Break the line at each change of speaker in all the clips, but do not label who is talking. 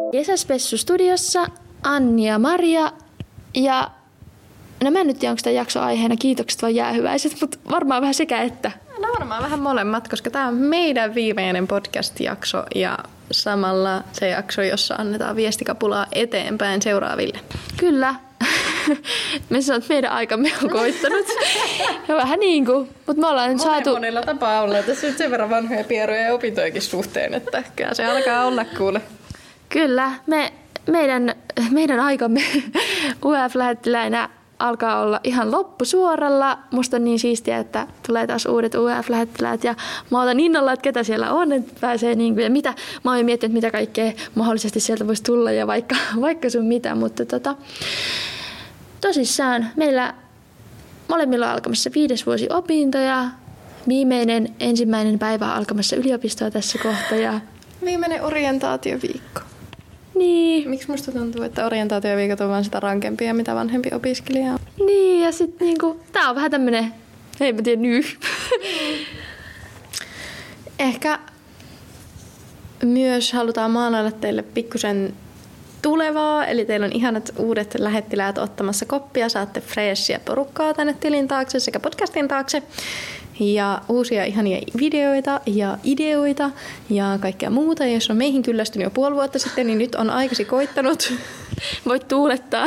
Kesäspessu-studiossa Anni ja Maria ja no mä en nyt tiedä, onko tämä jakso aiheena kiitokset vai jäähyväiset, mutta varmaan vähän sekä että.
No varmaan vähän molemmat, koska tämä on meidän viimeinen podcast-jakso ja samalla se jakso, jossa annetaan viestikapulaa eteenpäin seuraaville.
Kyllä. Me sanotaan, että meidän aikamme on koittanut. Ja vähän niin kuin, mutta me ollaan nyt saatu...
Monella tapaa ollaan tässä nyt sen verran vanhoja pieroja ja opintojenkin suhteen, että kyllä se alkaa olla kuule.
Kyllä, meidän aikamme UF-lähettiläinä alkaa olla ihan loppusuoralla. Musta on niin siistiä, että tulee taas uudet UF-lähettiläät ja mä otan innolla, että ketä siellä on, että pääsee niin kuin, ja mitä. Mä oon miettinyt, mitä kaikkea mahdollisesti sieltä voisi tulla ja vaikka sun mitä, mutta tosissaan meillä molemmilla on alkamassa 5. vuosi opintoja, ensimmäinen päivä alkamassa yliopistoa tässä kohtaa. Ja...
Viimeinen orientaatioviikko.
Niin.
Miksi musta tuntuu, että orientaatioviikot on vaan sitä rankempia, mitä vanhempi opiskelija on?
Niin, ja sit niinku, tää on vähän tämmönen, ei mä tiedä,
Ehkä myös halutaan maalailla teille pikkusen tulevaa, eli teillä on ihanat uudet lähettiläät ottamassa koppia, saatte freshia porukkaa tänne tilin taakse sekä podcastin taakse. Ja uusia ihania videoita ja ideoita ja kaikkea muuta. Ja jos on meihin kyllästynyt jo 5 vuotta sitten, niin nyt on aikasi koittanut.
Voit tuulettaa.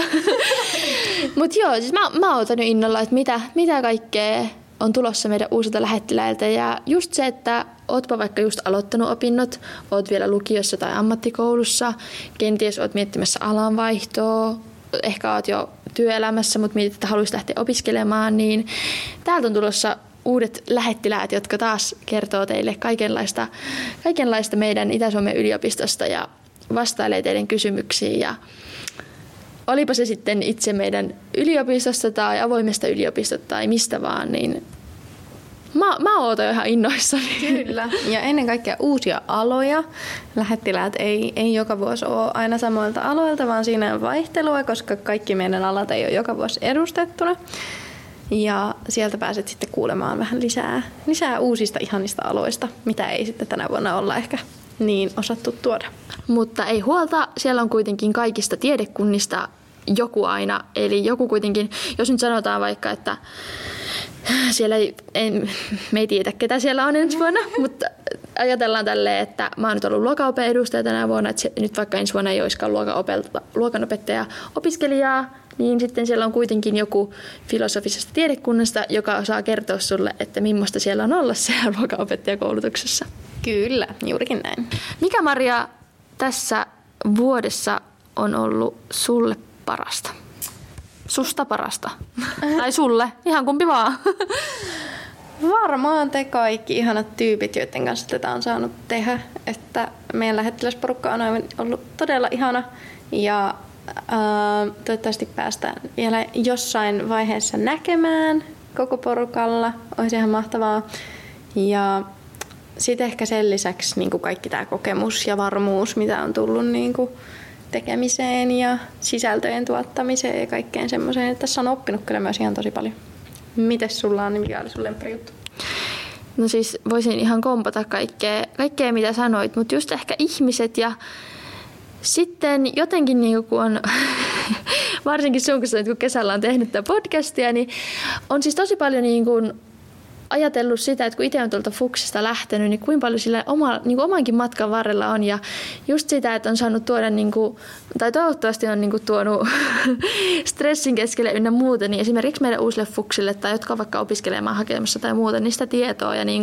Mut joo, siis mä ootan jo innolla, että mitä kaikkea on tulossa meidän uusilta lähettiläiltä. Ja just se, että ootpa vaikka just aloittanut opinnot, oot vielä lukiossa tai ammattikoulussa, kenties oot miettimässä alanvaihtoa, ehkä oot jo työelämässä, mutta mietit, että haluaisit lähteä opiskelemaan, niin täältä on tulossa uudet lähettiläät, jotka taas kertoo teille kaikenlaista meidän Itä-Suomen yliopistosta ja vastailee teidän kysymyksiin. Ja olipa se sitten itse meidän yliopistosta tai avoimesta yliopistosta tai mistä vaan, niin mä ootan ihan innoissani.
Kyllä. Ja ennen kaikkea uusia aloja. Lähettiläät ei joka vuosi ole aina samoilta aloilta, vaan siinä on vaihtelua, koska kaikki meidän alat ei ole joka vuosi edustettuna. Ja sieltä pääset sitten kuulemaan vähän lisää uusista ihanista aloista, mitä ei sitten tänä vuonna olla ehkä niin osattu tuoda.
Mutta ei huolta, siellä on kuitenkin kaikista tiedekunnista joku aina. Eli joku kuitenkin, jos nyt sanotaan vaikka, että siellä me ei tiedä, ketä siellä on ensi vuonna, mutta ajatellaan tälleen, että mä oon nyt ollut luokanopettaja edustaja tänä vuonna, että nyt vaikka ensi vuonna ei olisikaan luokanopettaja opiskelijaa, niin sitten siellä on kuitenkin joku filosofisesta tiedekunnasta, joka osaa kertoa sulle, että millaista siellä on olla siellä luokanopettajakoulutuksessa.
Kyllä, juurikin näin.
Mikä, Maria, tässä vuodessa on ollut sulle parasta? Susta parasta. Tai sulle, ihan kumpi vaan.
Varmaan te kaikki ihanat tyypit, joiden kanssa tätä on saanut tehdä. Että meidän lähettiläsporukka on ollut todella ihana ja toivottavasti päästään vielä jossain vaiheessa näkemään koko porukalla. Olisi ihan mahtavaa. Ja sitten ehkä sen lisäksi niin kuin kaikki tämä kokemus ja varmuus, mitä on tullut niin kuin tekemiseen ja sisältöjen tuottamiseen ja kaikkeen semmoiseen. Tässä on oppinut kyllä myös ihan tosi paljon. Mites sulla on, niin mikä oli sun lemppari-juttu?
No siis voisin ihan kompata kaikkea mitä sanoit, mutta just ehkä ihmiset ja sitten jotenkin niin kun on, varsinkin sun kanssa, kun kesällä on tehnyt tätä podcastia, niin on siis tosi paljon niin kun ajatellut sitä, että kun itse on tuolta Fuksista lähtenyt, niin kuinka paljon sillä omankin matkan varrella on. Ja just sitä, että on saanut tuoda, tai toivottavasti on tuonut stressin keskelle ynnä muuta, niin esimerkiksi meidän uusille Fuksille, tai jotka on vaikka opiskelemaan hakemassa tai muuta, niin sitä tietoa. Ja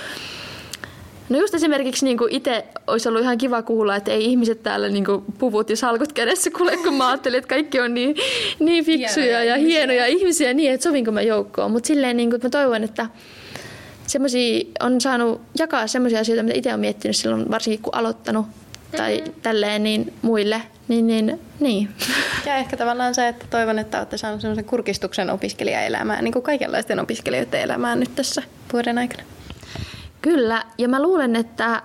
no just esimerkiksi itse olisi ollut ihan kiva kuulla, että ei ihmiset täällä puvut ja salkut kädessä kuule, kun mä ajattelin, että kaikki on niin fiksuja ja hienoja ihmisiä, niin että sovinko mä joukkoon. Mutta silleen mä toivon, että semmoisia on saanut jakaa semmoisia asioita, mitä itse olen miettinyt silloin, varsinkin kun aloittanut tai tälleen niin muille. Niin.
Ja ehkä tavallaan se, että toivon, että olette saaneet semmoisen kurkistuksen opiskelijaelämään, niin kuin kaikenlaisten opiskelijoiden elämään nyt tässä vuoden aikana.
Kyllä, ja mä luulen, että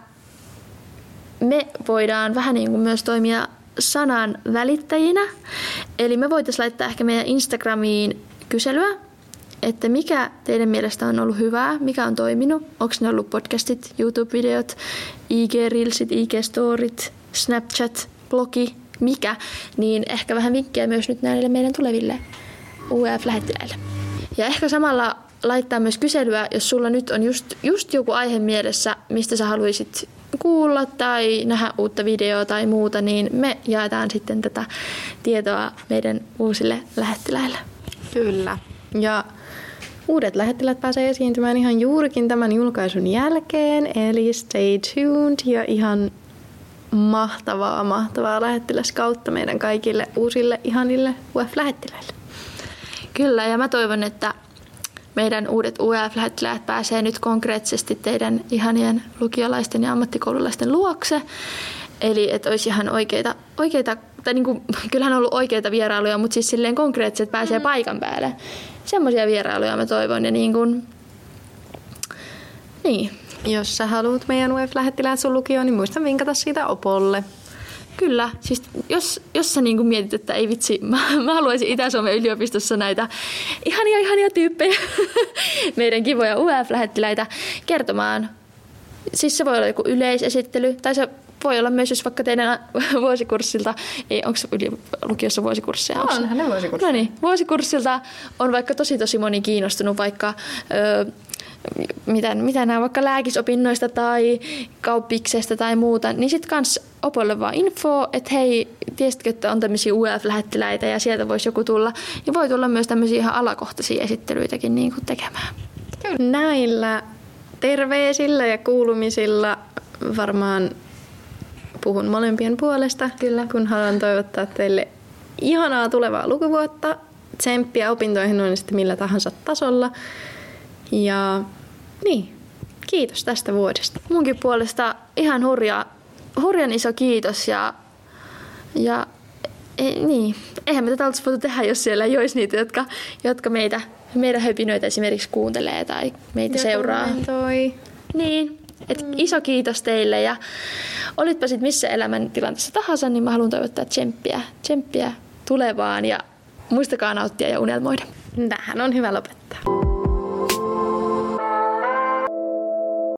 me voidaan vähän niin kuin myös toimia sanan välittäjinä. Eli me voitaisiin laittaa ehkä meidän Instagramiin kyselyä, että mikä teidän mielestä on ollut hyvää, mikä on toiminut. Onko ne ollut podcastit, YouTube-videot, IG-reelsit, IG-storit, Snapchat, blogi, mikä, niin ehkä vähän vinkkejä myös nyt näille meidän tuleville UEF-lähettiläille. Ja ehkä samalla laittaa myös kyselyä, jos sulla nyt on just joku aihe mielessä, mistä sä haluaisit kuulla tai nähdä uutta videoa tai muuta, niin me jaetaan sitten tätä tietoa meidän uusille lähettiläille.
Kyllä. Ja uudet lähettiläät pääsee esiintymään ihan juurikin tämän julkaisun jälkeen, eli stay tuned ja ihan mahtavaa lähettiläskautta meidän kaikille uusille ihanille UF-lähettiläille.
Kyllä, ja mä toivon, että meidän uudet UF-lähettiläät pääsee nyt konkreettisesti teidän ihanien lukiolaisten ja ammattikoululaisten luokse. Eli että olisi ihan oikeita tai niin kuin, kyllähän on ollut oikeita vierailuja, mutta siis silleen konkreettisesti, että pääsee paikan päälle. Semmoisia vierailuja mä toivon. Ja niin.
Jos sä haluat meidän UF-lähettiläät sun lukioon, niin muista vinkata siitä opolle.
Kyllä, siis jos sä niin mietit, että ei vitsi, mä haluaisin Itä-Suomen yliopistossa näitä ihania tyyppejä, meidän kivoja UF-lähettiläitä kertomaan. Siis se voi olla joku yleisesittely, tai se voi olla myös, jos vaikka teidän vuosikurssilta, onko lukiossa vuosikursseja?
Onhan ne vuosikursseja.
No niin, vuosikurssilta on vaikka tosi moni kiinnostunut vaikka mitä nämä vaikka lääkisopinnoista tai kauppiksesta tai muuta, niin sitten kans opolle vaan info, että hei, tiesitkö, että on tämmöisiä UF-lähettiläitä ja sieltä voisi joku tulla. Ja voi tulla myös tämmöisiä ihan alakohtaisia esittelyitäkin niin kuin tekemään.
Näillä terveisillä ja kuulumisilla varmaan puhun molempien puolesta, kyllä, kun haluan toivottaa teille ihanaa tulevaa lukuvuotta, tsemppiä opintoihin on sitten millä tahansa tasolla. Ja niin, kiitos tästä vuodesta.
Munkin puolesta ihan hurjan iso kiitos niin, eihän me tätä oltaisi voitu tehdä, jos siellä ei olisi niitä, jotka meidän höpinöitä esimerkiksi kuuntelee tai meitä seuraa.
Kommentoi.
Niin, et iso kiitos teille ja olitpa sitten missä elämäntilanteessa tahansa, niin mä haluan toivottaa tsemppiä tulevaan ja muistakaa nauttia ja unelmoida.
Tähän on hyvä lopettaa.